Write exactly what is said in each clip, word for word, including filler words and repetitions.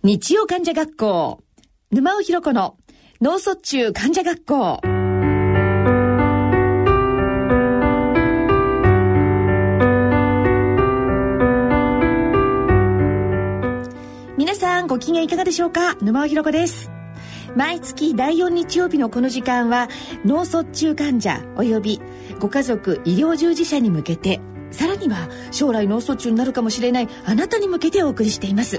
日曜患者学校、沼尾ひろ子の脳卒中患者学校。皆さんご機嫌いかがでしょうか。沼尾ひろ子です。毎月だいよん日曜日のこの時間は脳卒中患者およびご家族医療従事者に向けて、さらには将来脳卒中になるかもしれないあなたに向けてお送りしています。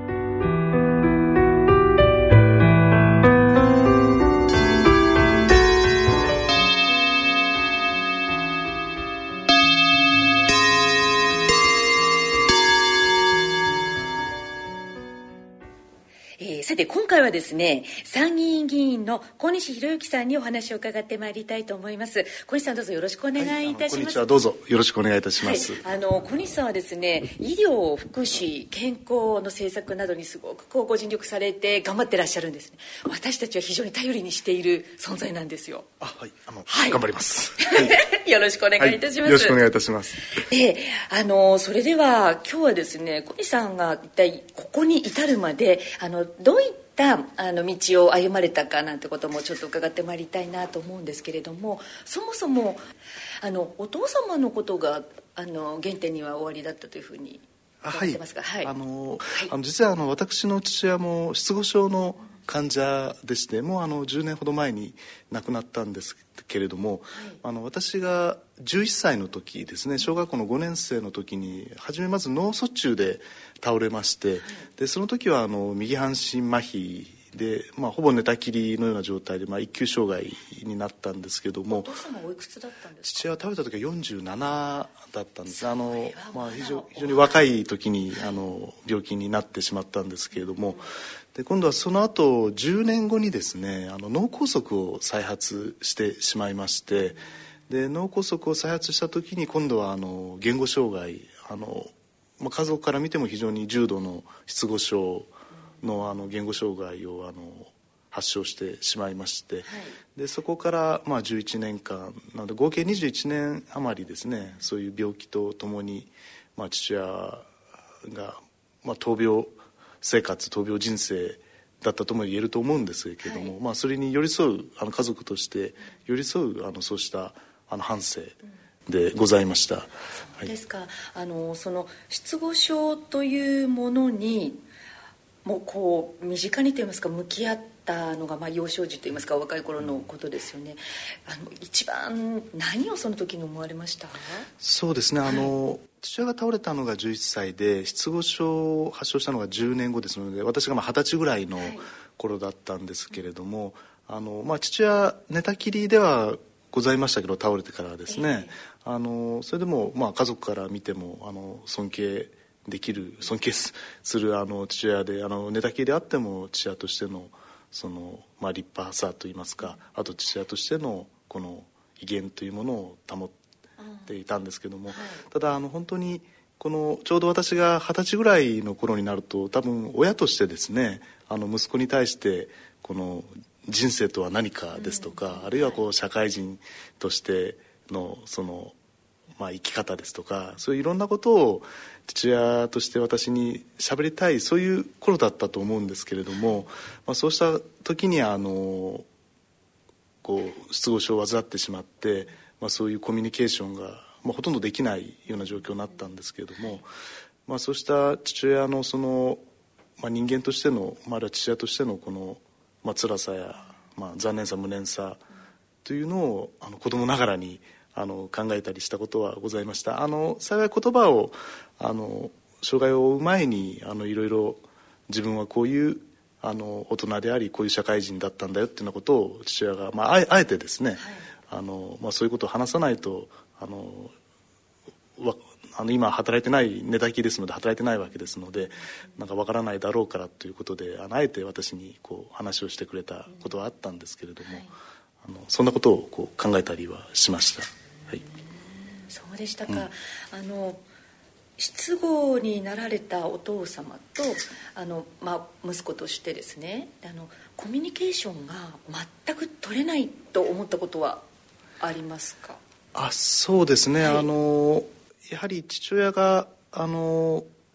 さて今回はですね、参議院議員の小西洋之さんにお話を伺ってまいりたいと思います。小西さん、どうぞよろしくお願いいたします。はい、こんにちは、どうぞよろしくお願いいたします。 はい、あの小西さんはですね、医療、福祉、健康の政策などにすごくこうご尽力されて頑張ってらっしゃるんですね。私たちは非常に頼りにしている存在なんですよ。 あ、はい、あの、はい、頑張ります。 はい、よろしくお願いいたします。はい、 よろしくお願いいたします。 で、あのそれでは今日はですね、小西さんが一体ここに至るまであのどういったあの道を歩まれたかなんてこともちょっと伺ってまいりたいなと思うんですけれども、そもそもあのお父様のことがあの原点にはおありだったというふうに伺ってますか。はい、はい、あの、 はい、あの実はあの私の父親も失語症の患者でして、もうあのじゅうねんほど前に亡くなったんですけれども、はい、あの私がじゅういっさいの時ですね、小学校のごねん生の時に初めまず脳卒中で倒れまして、はい、でその時はあの右半身麻痺で、まあ、ほぼ寝たきりのような状態で、まあ、一級障害になったんですけども。 お父様おいくつだったんですか。 父親は倒れた時はよんじゅうななだったんです。あの、まあ、非常、非常に若い時にあの病気になってしまったんですけれども、で今度はその後じゅうねんごにですね、あの脳梗塞を再発してしまいまして、で脳梗塞を再発した時に今度はあの言語障害、あの、まあ、家族から見ても非常に重度の失語症の、あの言語障害をあの発症してしまいまして、はい、でそこからまあじゅういちねんかんなので合計にじゅういちねん余りですね、そういう病気とともに、まあ、父親が、まあ、闘病生活闘病人生だったとも言えると思うんですけれども、はい、まあ、それに寄り添うあの家族として寄り添うあのそうしたあの半生でございました。うん、 そうですか。はい、あのその失語症というものにもうこう身近にといいますか向き合ったのが、まあ、幼少時といいますか若い頃のことですよね。あの一番何をその時に思われました？ そうですね、あの、はい、父親が倒れたのがじゅういっさいで失語症を発症したのがじゅうねんごですので、私がまあはたちぐらいの頃だったんですけれども、はい、あのまあ、父親寝たきりではございましたけど倒れてからですね、えー、あのそれでもまあ家族から見てもあの尊敬できる尊敬するあの父親で、あの寝たきりであっても父親としてのその、まあ、立派さといいますか、あと父親としてのこの威厳というものを保っていたんですけども、はい、ただあの本当にこのちょうど私が二十歳ぐらいの頃になると、多分親としてですね、あの息子に対してこの人生とは何かですとか、うん、あるいはこう社会人としてのそのまあ、生き方ですとか、そういういろんなことを父親として私に喋りたい、そういう頃だったと思うんですけれども、まあ、そうした時にあのこう失語症を患ってしまって、まあ、そういうコミュニケーションが、まあ、ほとんどできないような状況になったんですけれども、まあ、そうした父親のその、まあ、人間としての、まあ、あるいは父親としてのこの、まあ、辛さや、まあ、残念さ無念さというのをあの子供ながらにあの考えたりしたことはございました。あの幸い言葉をあの障害を負う前にあのいろいろ自分はこういうあの大人でありこういう社会人だったんだよっていうようなことを父親が、まあ、あえあえてですね、はい、あのまあ、そういうことを話さないとあのわあの今働いてない寝たきりですので働いてないわけですので、なんかわからないだろうからということで、あのあえて私にこう話をしてくれたことはあったんですけれども、はい、あのそんなことをこう考えたりはしました。はい、 そうでしたか。うん、あの失語になられたお父様とあの、まあ、息子としてですね、あのコミュニケーションが全く取れないと思ったことはありますか？ あ、そうですね、はい、あのやはり父親があの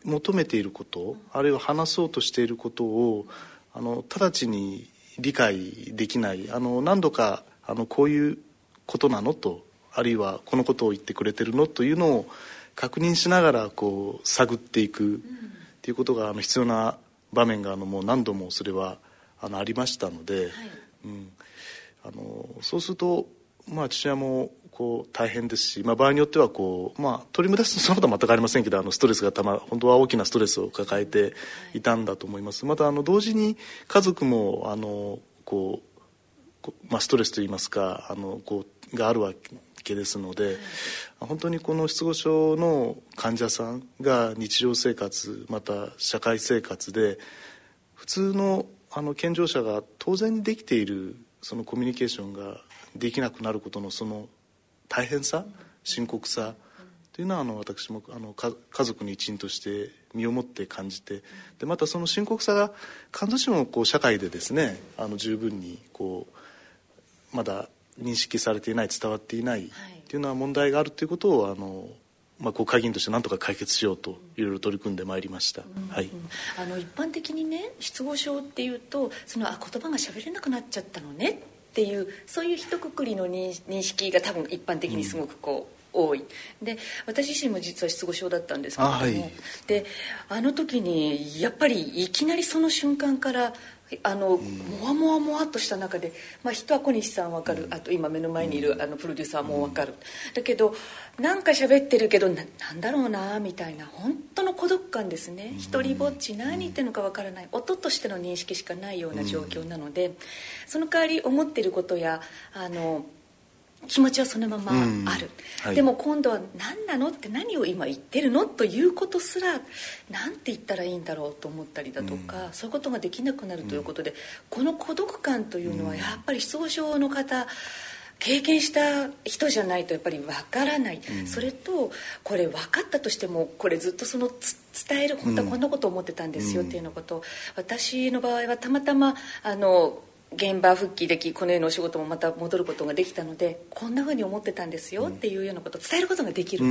求めていること、あるいは話そうとしていることをあの直ちに理解できない、あの何度かあのこういうことなのと、あるいはこのことを言ってくれてるのというのを確認しながらこう探っていくっていうことがあの必要な場面があのもう何度もそれはあのありましたので、はい、うん、あのそうすると、まあ、父親もこう大変ですし、まあ、場合によってはこう、まあ、取り乱すそのことは全くありませんけど、あのストレスがたま本当は大きなストレスを抱えていたんだと思います。またあの同時に家族もあのこう、まあ、ストレスといいますかあのこうがあるわけですので、はい、本当にこの失語症の患者さんが日常生活また社会生活で普通のあの健常者が当然にできているそのコミュニケーションができなくなることのその大変さ、深刻さというのはあの私もあの家族の一員として身をもって感じて、でまたその深刻さが必ずしもこう社会でですねあの十分にこうまだ認識されていない、伝わっていないというのは問題があるということをあの、まあ、国会議員として何とか解決しようといろいろ取り組んでまいりました、うんはい、 あの一般的にね失語症っていうとそのあ言葉が喋れなくなっちゃったのねっていうそういう一括りの認識が多分一般的にすごくこう、うん、多いで私自身も実は失語症だったんですけれども、あ、はい、であの時にやっぱりいきなりその瞬間からあの、うん、もわもわもわっとした中で、まあ、人は小西さん分かる、うん、あと今目の前にいるあのプロデューサーも分かる、うん、だけどなんか喋ってるけど な, なんだろうなみたいな本当の孤独感ですね、うん、一人ぼっち何言ってるのか分からない音としての認識しかないような状況なので、うん、その代わり思ってることやあの気持ちはそのままある、うんはい、でも今度は何なのって何を今言ってるのということすらなんて言ったらいいんだろうと思ったりだとか、うん、そういうことができなくなるということで、うん、この孤独感というのはやっぱり失語症の方経験した人じゃないとやっぱり分からない、うん、それとこれ分かったとしてもこれずっとその伝える本当はこんなこと思ってたんですよっていうようなことを、私の場合はたまたまあの現場復帰できこのようなお仕事もまた戻ることができたのでこんな風に思ってたんですよっていうようなことを伝えることができる、うん、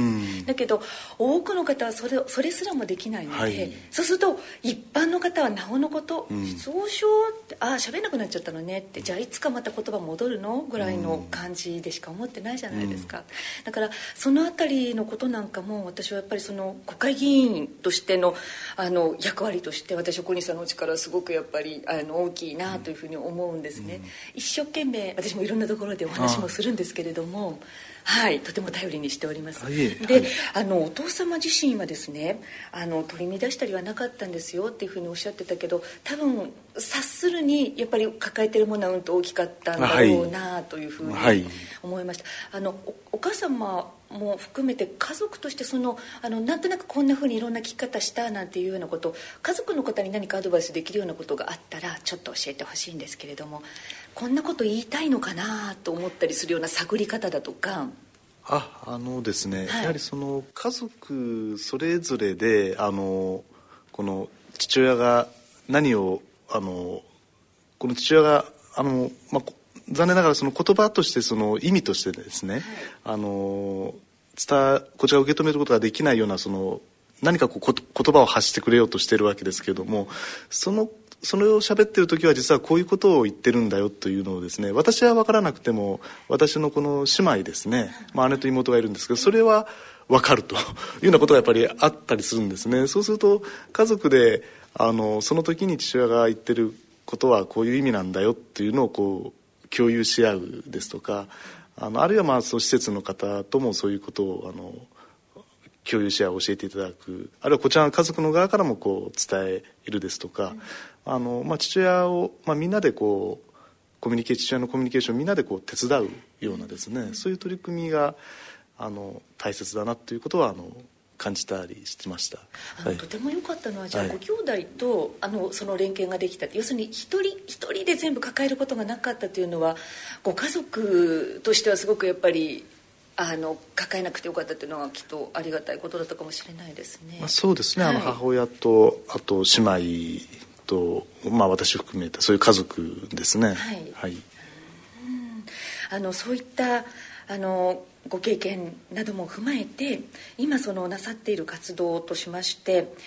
だけど多くの方はそれそれすらもできないので、はい、そうすると一般の方はなおのこと失語症ってああ喋れなくなっちゃったのねってじゃあいつかまた言葉戻るのぐらいの感じでしか思ってないじゃないですか、うん、だからそのあたりのことなんかも私はやっぱりその国会議員としての、あの役割として私は小西さんのお力はすごくやっぱりあの大きいなというふうに思うんですね、うん、一生懸命私もいろんなところでお話もするんですけれども、はい、とても頼りにしております。で、はい、あのお父様自身はですねあの取り乱したりはなかったんですよっていうふうにおっしゃってたけど多分察するにやっぱり抱えてるものはうんと大きかったんだろうなというふうに思いました、はい、あの お, お母様も含めて家族としてそのあのなんとなくこんなふうにいろんな聞き方したなんていうようなこと家族の方に何かアドバイスできるようなことがあったらちょっと教えてほしいんですけれども、こんなこと言いたいのかなと思ったりするような探り方だとか。 ああのですね、はい、やはりその家族それぞれであのこの父親が何をあのこの父親があの、まあ、残念ながらその言葉としてその意味としてですね、はい、あの伝こちらを受け止めることができないようなその何かこう言葉を発してくれようとしているわけですけれども、そのそれを喋ってる時は実はこういうことを言ってるんだよというのをですね、私は分からなくても私のこの姉妹ですね、まあ、姉と妹がいるんですけどそれは分かるというようなことがやっぱりあったりするんですね。そうすると家族であのその時に父親が言ってることはこういう意味なんだよっていうのをこう共有し合うですとか、あのあるいはまあその施設の方ともそういうことをあの共有し合う教えていただく、あるいはこちらの家族の側からもこう伝えるですとか、うんあのまあ、父親を、まあ、みんなでこうコミュニケーション父親のコミュニケーションをみんなでこう手伝うようなですね、うん、そういう取り組みがあの大切だなということはあの感じたりしてました。 あの、はい、とても良かったのはじゃあ、はい、ご兄弟とあのその連携ができた、要するに一人一人で全部抱えることがなかったというのはご家族としてはすごくやっぱりあの抱えなくてよかったというのはきっとありがたいことだったかもしれないですね。まあ、そうですね、はい、あの母親とあと姉妹と、まあ、私含めたそういう家族ですね。はい、はい、うんあのそういったあのご経験なども踏まえて今そのなさっている活動としまして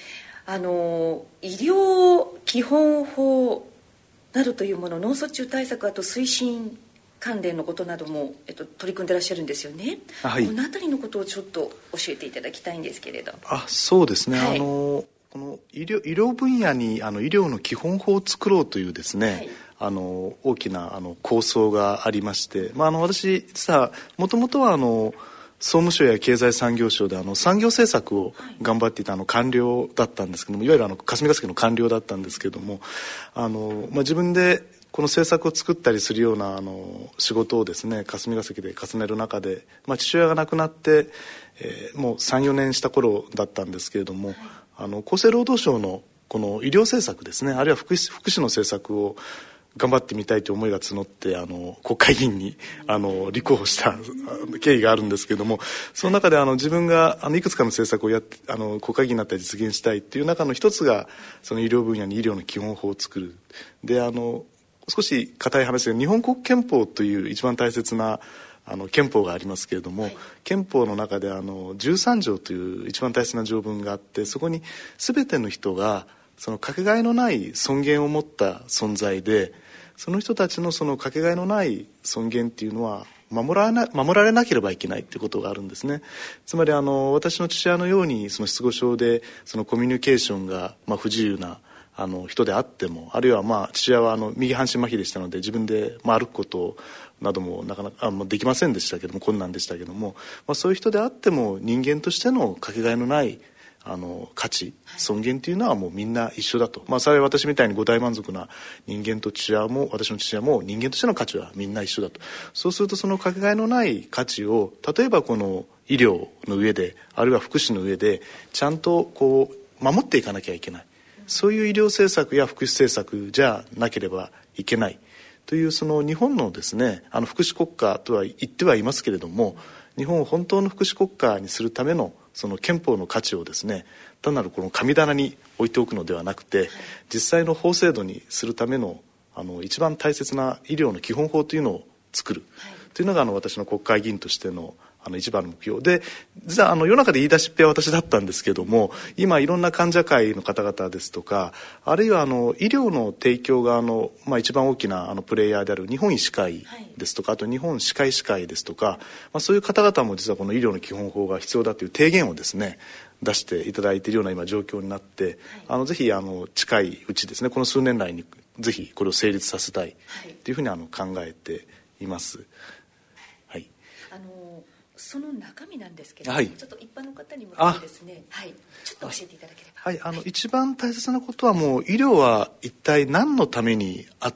あの医療基本法などというもの、脳卒中対策、あと推進関連のことなども、えっと、取り組んでらっしゃるんですよね。はい、このあたりのことをちょっと教えていただきたいんですけれど。 あ、そうですね、はい、あのこの医療、医療分野にあの医療の基本法を作ろうというですね、はい、あの大きなあの構想がありまして、まあ、あの私実はもともとはあの総務省や経済産業省であの産業政策を頑張っていたあの官僚だったんですけども、いわゆるあの霞が関の官僚だったんですけども、あの、まあ、自分でこの政策を作ったりするようなあの仕事をですね、霞が関で重ねる中で、まあ、父親が亡くなって、えー、もう さん,よ 年した頃だったんですけれども、はい、あの厚生労働省のこの医療政策ですね、あるいは福祉、福祉の政策を頑張ってみたいという思いが募って、あの国会議員にあの立候補した経緯があるんですけれども、その中であの自分があのいくつかの政策をやってあの国会議員になったら実現したいっていう中の一つが、その医療分野に医療の基本法を作る。で、あの少し固い話ですが、日本国憲法という一番大切なあの憲法がありますけれども、はい、憲法の中であのじゅうさん条という一番大切な条文があって、そこに全ての人がそのかけがえのない尊厳を持った存在で、その人たちのそのかけがえのない尊厳っていうのは守らな、守られなければいけないっていうことがあるんですね。つまりあの私の父親のようにその失語症でそのコミュニケーションがまあ不自由なあの人であっても、あるいはまあ父親はあの右半身麻痺でしたので、自分でまあ歩くことなどもなかなかあできませんでしたけども、困難でしたけども、まあ、そういう人であっても人間としてのかけがえのないあの価値、尊厳というのはもうみんな一緒だと、まあ、それは私みたいに五大満足な人間と父親も、私の父親も人間としての価値はみんな一緒だと。そうするとそのかけがえのない価値を、例えばこの医療の上で、あるいは福祉の上でちゃんとこう守っていかなきゃいけない、そういう医療政策や福祉政策じゃなければいけないという、その日本のですね、あの福祉国家とは言ってはいますけれども、日本を本当の福祉国家にするためのその憲法の価値をですね、単なるこの神棚に置いておくのではなくて、実際の法制度にするためのあの一番大切な医療の基本法というのを作る、はい、というのがあの私の国会議員としてのあの一番の目標で、実はあの世の中で言い出しっぺは私だったんですけども、今いろんな患者会の方々ですとか、あるいはあの医療の提供側の、まあ、一番大きなあのプレイヤーである日本医師会ですとか、あと日本歯科医師会ですとか、まあ、そういう方々も実はこの医療の基本法が必要だという提言をですね出していただいているような今状況になって、はい、あのぜひあの近いうちですね、この数年内にぜひこれを成立させたいというふうにあの考えています。はい、 あのその中身なんですけど、 はい、 ちょっと一般の方に向けてですね、はい、ちょっと教えていただければ。 はい、あの、はい、一番大切なことはもう医療は一体何のためにあって、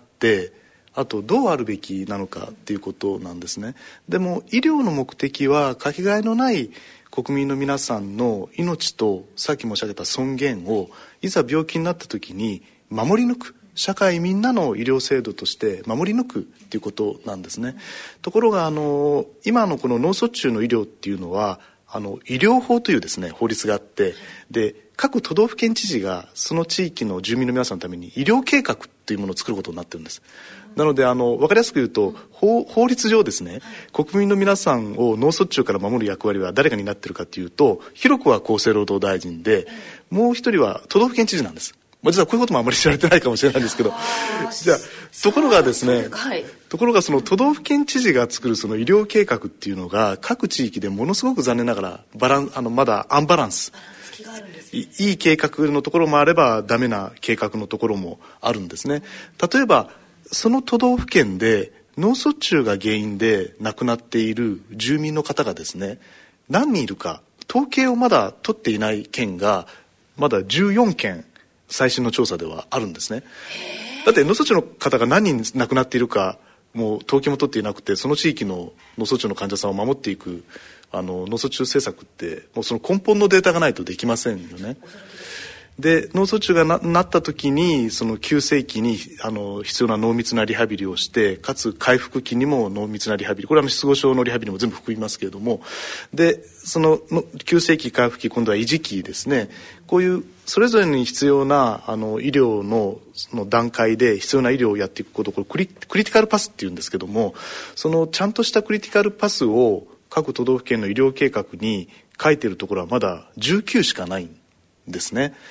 あとどうあるべきなのかっていうことなんですね。でも医療の目的はかけがえのない国民の皆さんの命と、さっき申し上げた尊厳をいざ病気になった時に守り抜く、社会みんなの医療制度として守り抜くっていうことなんですね。ところがあの今のこの脳卒中の医療っていうのは、あの医療法というですね法律があって、で各都道府県知事がその地域の住民の皆さんのために医療計画というものを作ることになってるんです。なのであの分かりやすく言うと、法、法律上ですね、国民の皆さんを脳卒中から守る役割は誰が担っているかというと、広くは厚生労働大臣で、もう一人は都道府県知事なんです。まあ、実はこういうこともあまり知られてないかもしれないんですけど、じゃあところがですね、はい、ところがその都道府県知事が作るその医療計画っていうのが各地域でものすごく残念ながらバランあのまだアンバランス、い, いい計画のところもあればダメな計画のところもあるんですね。例えばその都道府県で脳卒中が原因で亡くなっている住民の方がですね、何人いるか統計をまだ取っていない県がまだじゅうよんけん最新の調査ではあるんですね。だって脳卒中の方が何人亡くなっているかもう統計も取っていなくて、その地域の脳卒中の患者さんを守っていくあの脳卒中政策ってもうその根本のデータがないとできませんよね。で脳卒中が な, なった時にその急性期にあの必要な濃密なリハビリをして、かつ回復期にも濃密なリハビリ、これは失語症のリハビリも全部含みますけれども、でそのの急性期回復期、今度は維持期ですね、こういうそれぞれに必要なあの医療 の, その段階で必要な医療をやっていくこと、これク リ, クリティカルパスっていうんですけども、そのちゃんとしたクリティカルパスを各都道府県の医療計画に書いているところはまだじゅうきゅうしかないんですね。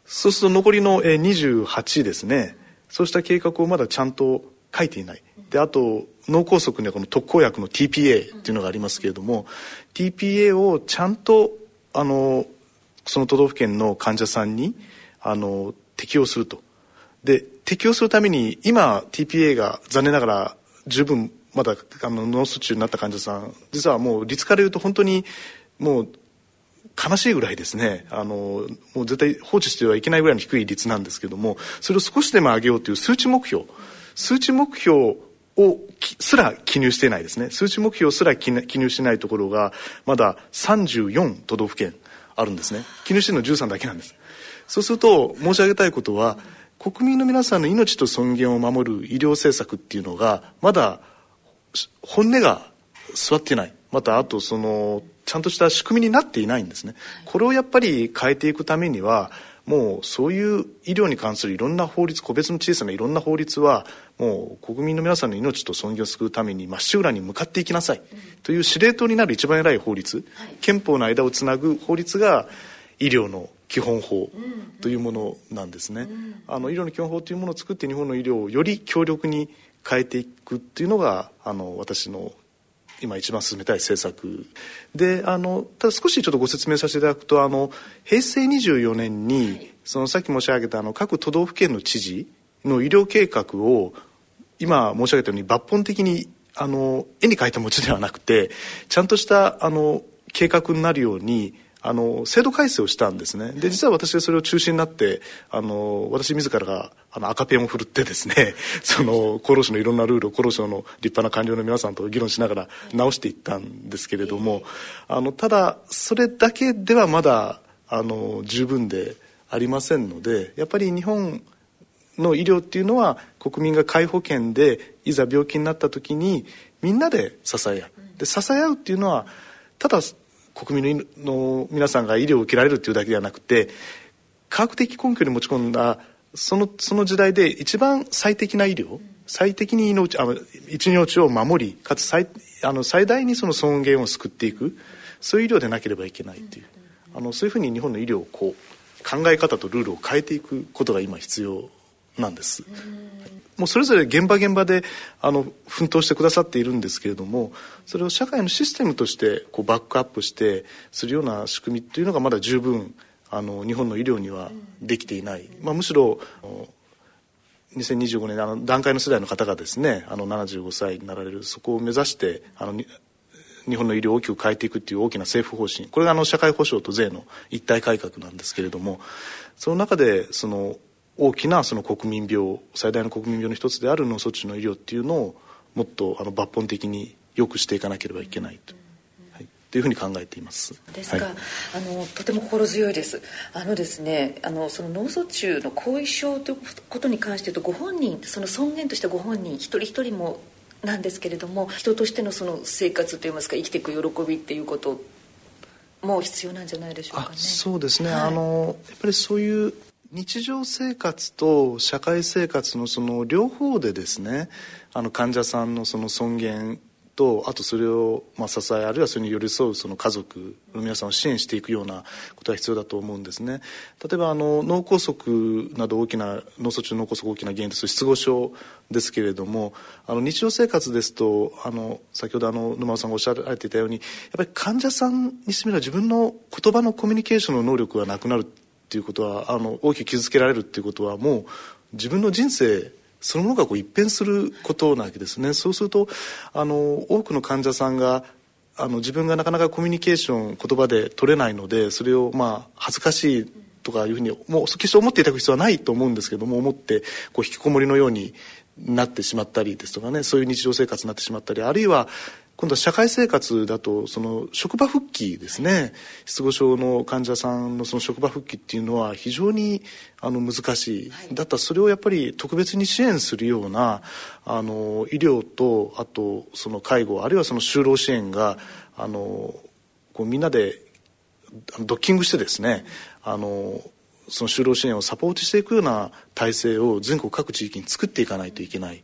そうすると残りのにじゅうはちですね、そうした計画をまだちゃんと書いていない。で、あと脳梗塞にはこの特効薬の ティーピーエー っていうのがありますけれども、 ティーピーエー をちゃんとあのその都道府県の患者さんにあの適用すると。で、適用するために今 ティーピーエー が残念ながら十分まだあの脳卒中になった患者さん、実はもう率から言うと本当にもう悲しいぐらいですね、あのもう絶対放置してはいけないぐらいの低い率なんですけども、それを少しでも上げようという数値目標数値目標をすら記入していないですね。数値目標すら記入していないところがまださんじゅうよん都道府県あるんですね。記入しているのはじゅうさんだけなんです。そうすると申し上げたいことは、国民の皆さんの命と尊厳を守る医療政策っていうのがまだ本音が座っていない。またあとそのちゃんとした仕組みになっていないんですね。これをやっぱり変えていくためには、もうそういう医療に関するいろんな法律、個別の小さないろんな法律はもう国民の皆さんの命と尊厳を救うためにまっしぐらに向かっていきなさいという司令塔になる一番偉い法律、憲法の間をつなぐ法律が医療の基本法というものなんですね。あの医療の基本法というものを作って日本の医療をより強力に変えていくっていうのがあの私の今一番進めたい政策で、あのただ少しちょっとご説明させていただくと、あの平成にじゅうよねんに、はい、そのさっき申し上げたあの各都道府県の知事の医療計画を今申し上げたように抜本的にあの絵に描いた餅ではなくてちゃんとしたあの計画になるようにあの制度改正をしたんですね。で、実は私はそれを中心になってあの私自らがあの赤ペンを振るってですねその厚労省のいろんなルールを厚労省の立派な官僚の皆さんと議論しながら直していったんですけれども、あのただそれだけではまだあの十分でありませんので、やっぱり日本の医療っていうのは国民が皆保険でいざ病気になった時にみんなで支え合う。で、支え合うっていうのはただ国民の皆さんが医療を受けられるというだけではなくて、科学的根拠に持ち込んだその、その時代で一番最適な医療、最適に命あの一命を守り、かつ最あの最大にその尊厳を救っていく、そういう医療でなければいけないという、あのそういうふうに日本の医療をこう考え方とルールを変えていくことが今必要なんです。もうそれぞれ現場現場であの奮闘してくださっているんですけれども、それを社会のシステムとしてこうバックアップしてするような仕組みというのがまだ十分あの日本の医療にはできていない、まあ、むしろにせんにじゅうごねんあの団塊の世代の方がですねあのななじゅうごさいになられる、そこを目指してあの日本の医療を大きく変えていくという大きな政府方針、これがあの社会保障と税の一体改革なんですけれども、その中でその大きなその国民病、最大の国民病の一つである脳卒中の医療っていうのをもっとあの抜本的に良くしていかなければいけないと、はい、というふうに考えています。 ですが、 はい、 あのとても心強いです。あのですね、あのその脳卒中の後遺症ということに関して言うと、ご本人、その尊厳としてご本人一人一人もなんですけれども、人としてのその生活といいますか生きていく喜びっていうことも必要なんじゃないでしょうかね。 あ、そうですね、 はい、あのやっぱりそういう日常生活と社会生活のその両方でですね、あの患者さんのその尊厳と、あとそれをまあ支え、あるいはそれに寄り添うその家族の皆さんを支援していくようなことが必要だと思うんですね。例えばあの脳梗塞など大きな脳卒中脳梗塞大きな原因とする失語症ですけれども、あの日常生活ですとあの先ほどあの沼尾さんがおっしゃられていたように、やっぱり患者さんにしてみれば自分の言葉のコミュニケーションの能力がなくなるっていうことは、あの大きく傷つけられるっていうことは、もう自分の人生そのものがこう一変することなわけですね。そうするとあの多くの患者さんがあの自分がなかなかコミュニケーション言葉で取れないので、それをまあ恥ずかしいとかいうふうにもう決して思っていただく必要はないと思うんですけども、思ってこう引きこもりのようになってしまったりですとかね、そういう日常生活になってしまったり、あるいは今度は社会生活だとその職場復帰ですね、失語症の患者さんのその職場復帰っていうのは非常にあの難しい、だったらそれをやっぱり特別に支援するようなあの医療と、あとその介護、あるいはその就労支援があのこうみんなでドッキングしてですね、あのその就労支援をサポートしていくような体制を全国各地域に作っていかないといけない。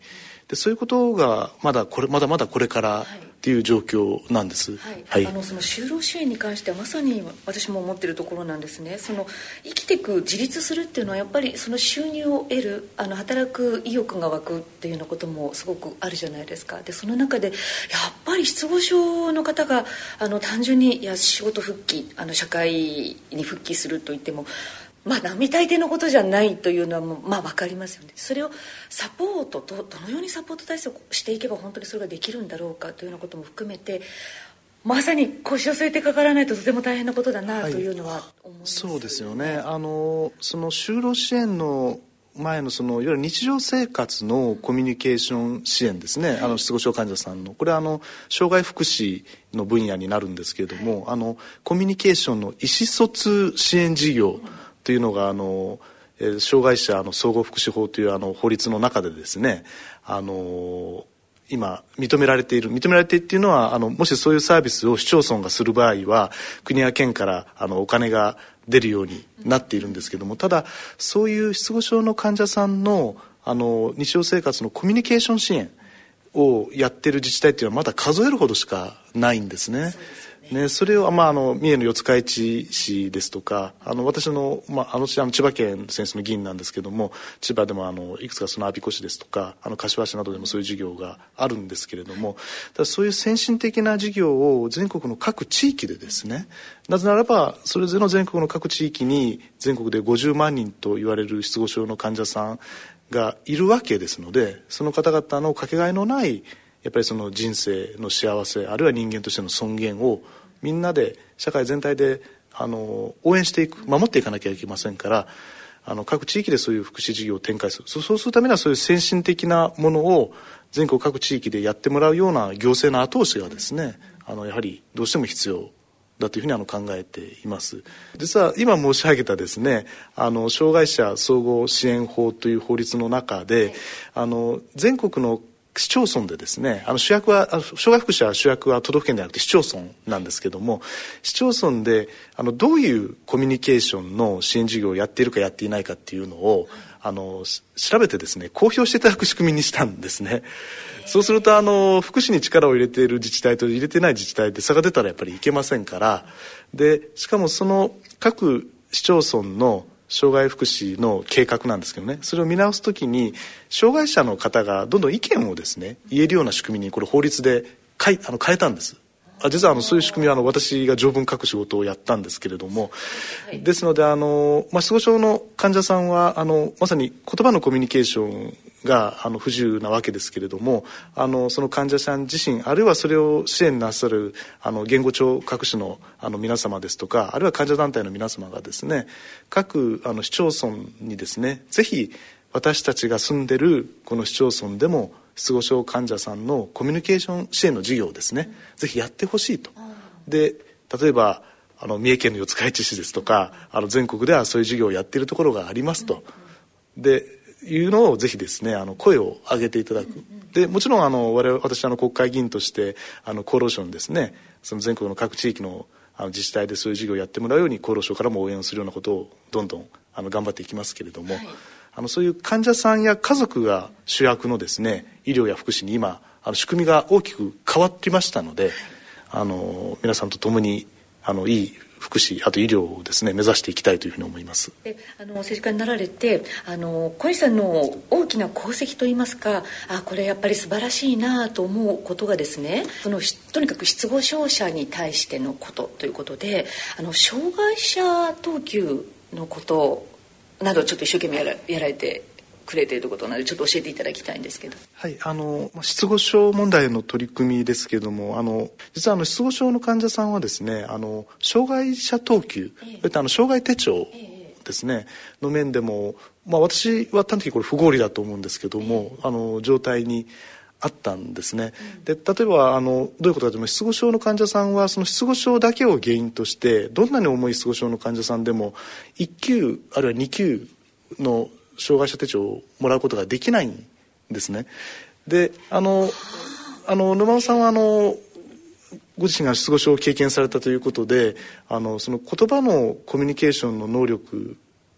でそういうことがまだこれまだまだこれからっていう状況なんです。 はいはい、 あのその就労支援に関してはまさに私も思っているところなんですね。その生きていく自立するっていうのはやっぱりその収入を得るあの働く意欲が湧くっていうようなこともすごくあるじゃないですか。でその中でやっぱり失語症の方があの単純にいや仕事復帰あの社会に復帰するといってもまあ並大抵のことじゃないというのはもうまあ分かりますよね。それをサポートとどのようにサポート体制をしていけば本当にそれができるんだろうかというようなことも含めてまさに腰を据えてかからないととても大変なことだなというのは思います、 はい、そうですよね。あのその就労支援の前のそのいわゆる日常生活のコミュニケーション支援ですね、はい、あの失語症患者さんのこれはあの障害福祉の分野になるんですけれども、はい、あのコミュニケーションの意思疎通支援事業というのがあの、えー、障害者の総合福祉法というあの法律の中でですね、あの今認められている認められているっていうのはあのもしそういうサービスを市町村がする場合は国や県からあのお金が出るようになっているんですけども、ただそういう失語症の患者さんのあの日常生活のコミュニケーション支援をやっている自治体っていうのはまだ数えるほどしかないんですね。ね、それを、まあ、あの三重の四日市市ですとかあの私の、まあ、あのあの千葉県選出の議員なんですけども千葉でもあのいくつかその我孫子市ですとかあの柏市などでもそういう事業があるんですけれども、ただそういう先進的な事業を全国の各地域でですね、なぜならばそれぞれの全国の各地域に全国でごじゅうまんにんと言われる失語症の患者さんがいるわけですので、その方々のかけがえのないやっぱりその人生の幸せあるいは人間としての尊厳をみんなで社会全体であの応援していく守っていかなきゃいけませんから、あの各地域でそういう福祉事業を展開する、そうするためにはそういう先進的なものを全国各地域でやってもらうような行政の後押しがですね、あのやはりどうしても必要だというふうにあの考えています。実は今申し上げたですね、あの障害者総合支援法という法律の中で、あの全国の市町村でですね、あの主役は障害福祉は主役は都道府県ではなくて市町村なんですけども、市町村であのどういうコミュニケーションの支援事業をやっているかやっていないかっていうのをあの調べてですね公表していただく仕組みにしたんですね。そうするとあの福祉に力を入れている自治体と入れてない自治体で差が出たらやっぱりいけませんから、でしかもその各市町村の障害福祉の計画なんですけどね、それを見直すときに障害者の方がどんどん意見をですね言えるような仕組みにこれ法律で変え、あの変えたんです。あ実はあのそういう仕組みはあの私が条文書く仕事をやったんですけれども、はい、ですのであの、まあ、失語症の患者さんはあのまさに言葉のコミュニケーションがあの不自由なわけですけれども、あのその患者さん自身あるいはそれを支援なさるあの言語聴覚士のあの皆様ですとかあるいは患者団体の皆様がですね各あの市町村にですねぜひ私たちが住んでるこの市町村でも失語症患者さんのコミュニケーション支援の事業をですね、うん、ぜひやってほしいと。で例えばあの三重県の四日市市ですとかあの全国ではそういう事業をやっているところがありますと、でいうのをぜひですねあの声を上げていただく。でもちろんあの我々私あの国会議員としてあの厚労省にですねその全国の各地域のあの自治体でそういう事業をやってもらうように厚労省からも応援をするようなことをどんどんあの頑張っていきますけれども、はい、あのそういう患者さんや家族が主役のですね医療や福祉に今あの仕組みが大きく変わってきましたので、はい、あの皆さんと共にあのいい福祉あと医療をですね目指していきたいというふうに思います。 であの政治家になられてあの小西さんの大きな功績といいますか、あこれやっぱり素晴らしいなと思うことがですね、そのとにかく失語症者に対してのことということで、あの障害者等級のことなどちょっと一生懸命やら、やられてくれているということなのでちょっと教えていただきたいんですけど。 はい、あの失語症問題の取り組みですけれども、あの実はあの失語症の患者さんはですねあの障害者等級、ええ、あの障害手帳ですね、え、の面でも、まあ、私は端的にこれ不合理だと思うんですけども、あの状態にあったんですね。で例えばあのどういうことかというと失語症の患者さんはその失語症だけを原因としてどんなに重い失語症の患者さんでもいっ級あるいはに級の障害者手帳をもらうことができないんですね。であのあの沼尾さんはあのご自身が失語症を経験されたということであのその言葉のコミュニケーションの能力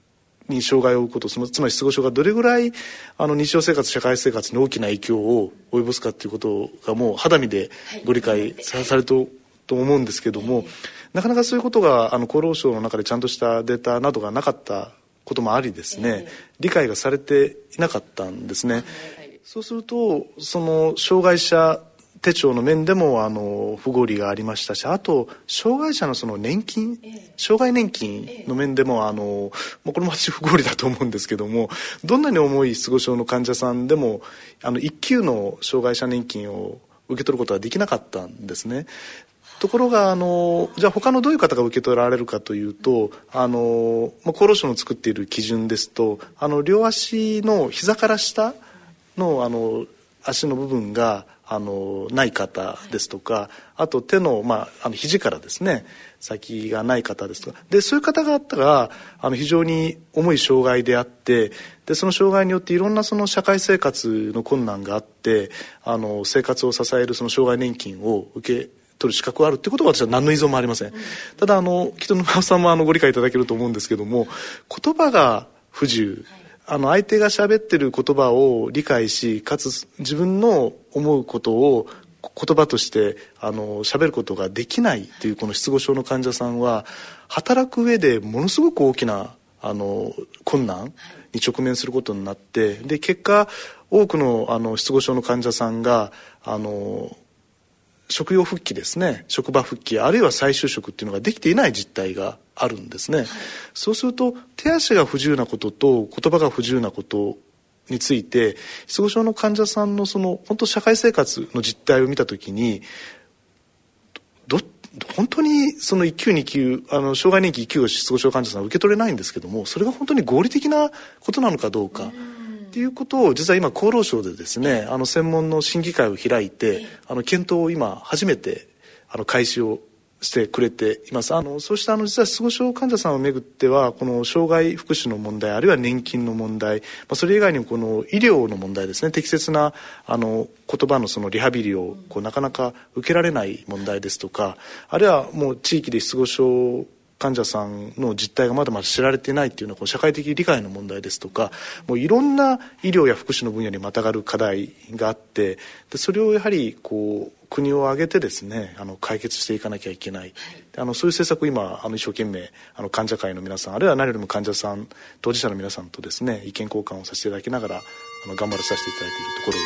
に障害を負うこと、そのつまり失語症がどれぐらいあの日常生活社会生活に大きな影響を及ぼすかということがもう肌身でご理解さされると思うんですけども、なかなかそういうことがあの厚労省の中でちゃんとしたデータなどがなかったこともありですね、理解がされていなかったんですね。そうするとその障害者手帳の面でもあの不合理がありましたし、あと障害者のその年金、障害年金の面でもあのもうこれも私不合理だと思うんですけども、どんなに重い失語症の患者さんでもあの一級の障害者年金を受け取ることができなかったんですね。ところがあのじゃあ他のどういう方が受け取られるかというと、あの厚労省の作っている基準ですと、あの両足の膝から下のあの足の部分があのない方ですとか、あと手の、まあ、あの肘からですね先がない方ですとかで、そういう方々があの非常に重い障害であって、でその障害によっていろんなその社会生活の困難があって、あの生活を支えるその障害年金を受け取る資格があるということは私は何の依存もありません、うん、ただあのきっと沼尾さんもあのご理解いただけると思うんですけども、言葉が不自由、あの相手が喋ってる言葉を理解し、かつ自分の思うことを言葉としてあの喋ることができないというこの失語症の患者さんは、働く上でものすごく大きなあの困難に直面することになって、で結果多くのあの失語症の患者さんがあの職業復帰ですね、職場復帰あるいは再就職っていうのができていない実態があるんですね、はい、そうすると手足が不自由なことと言葉が不自由なことについて失語症の患者さんのその本当社会生活の実態を見たときに、ど本当にそのいっ級に級あの障害年金いっ級を失語症患者さんは受け取れないんですけども、それが本当に合理的なことなのかどうかっていうことを実は今厚労省でですね、あの専門の審議会を開いてあの検討を今初めてあの開始をしてくれています。あのそうしたあの実は失語症患者さんをめぐってはこの障害福祉の問題あるいは年金の問題、まあ、それ以外にもこの医療の問題ですね、適切なあの言葉のそのリハビリをこうなかなか受けられない問題ですとか、あるいはもう地域で失語症患者さんの実態がまだまだ知られていないというのはこう社会的理解の問題ですとか、もういろんな医療や福祉の分野にまたがる課題があって、でそれをやはりこう国を挙げてですねあの解決していかなきゃいけない、はい、あのそういう政策を今あの一生懸命あの患者会の皆さんあるいは何よりも患者さん当事者の皆さんとですね意見交換をさせていただきながらあの頑張らさせていただいているところです、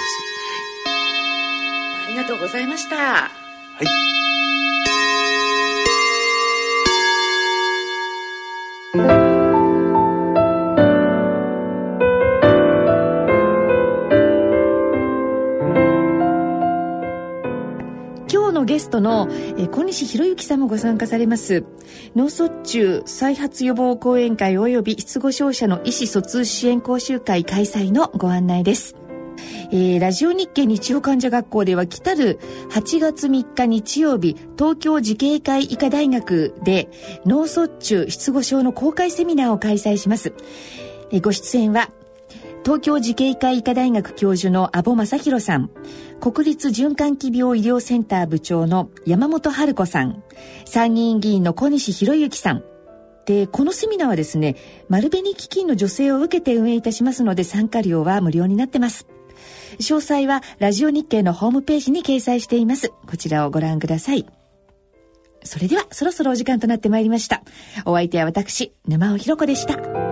はい、ありがとうございました。 はい。 ゲストの小西博之さんもご参加されます脳卒中再発予防講演会及び失語症者の意思疎通支援講習会開催のご案内です。えー、ラジオ日経日曜患者学校では来たるはちがつみっか日曜日、東京慈恵会医科大学で脳卒中失語症の公開セミナーを開催します。えー、ご出演は東京慈恵会医科大学教授の阿保正弘さん、国立循環器病医療センター部長の山本春子さん、参議院議員の小西博之さんで、このセミナーはですね、丸紅基金の助成を受けて運営いたしますので参加料は無料になってます。詳細はラジオ日経のホームページに掲載しています。こちらをご覧ください。それではそろそろお時間となってまいりました。お相手は私、沼尾ひろ子でした。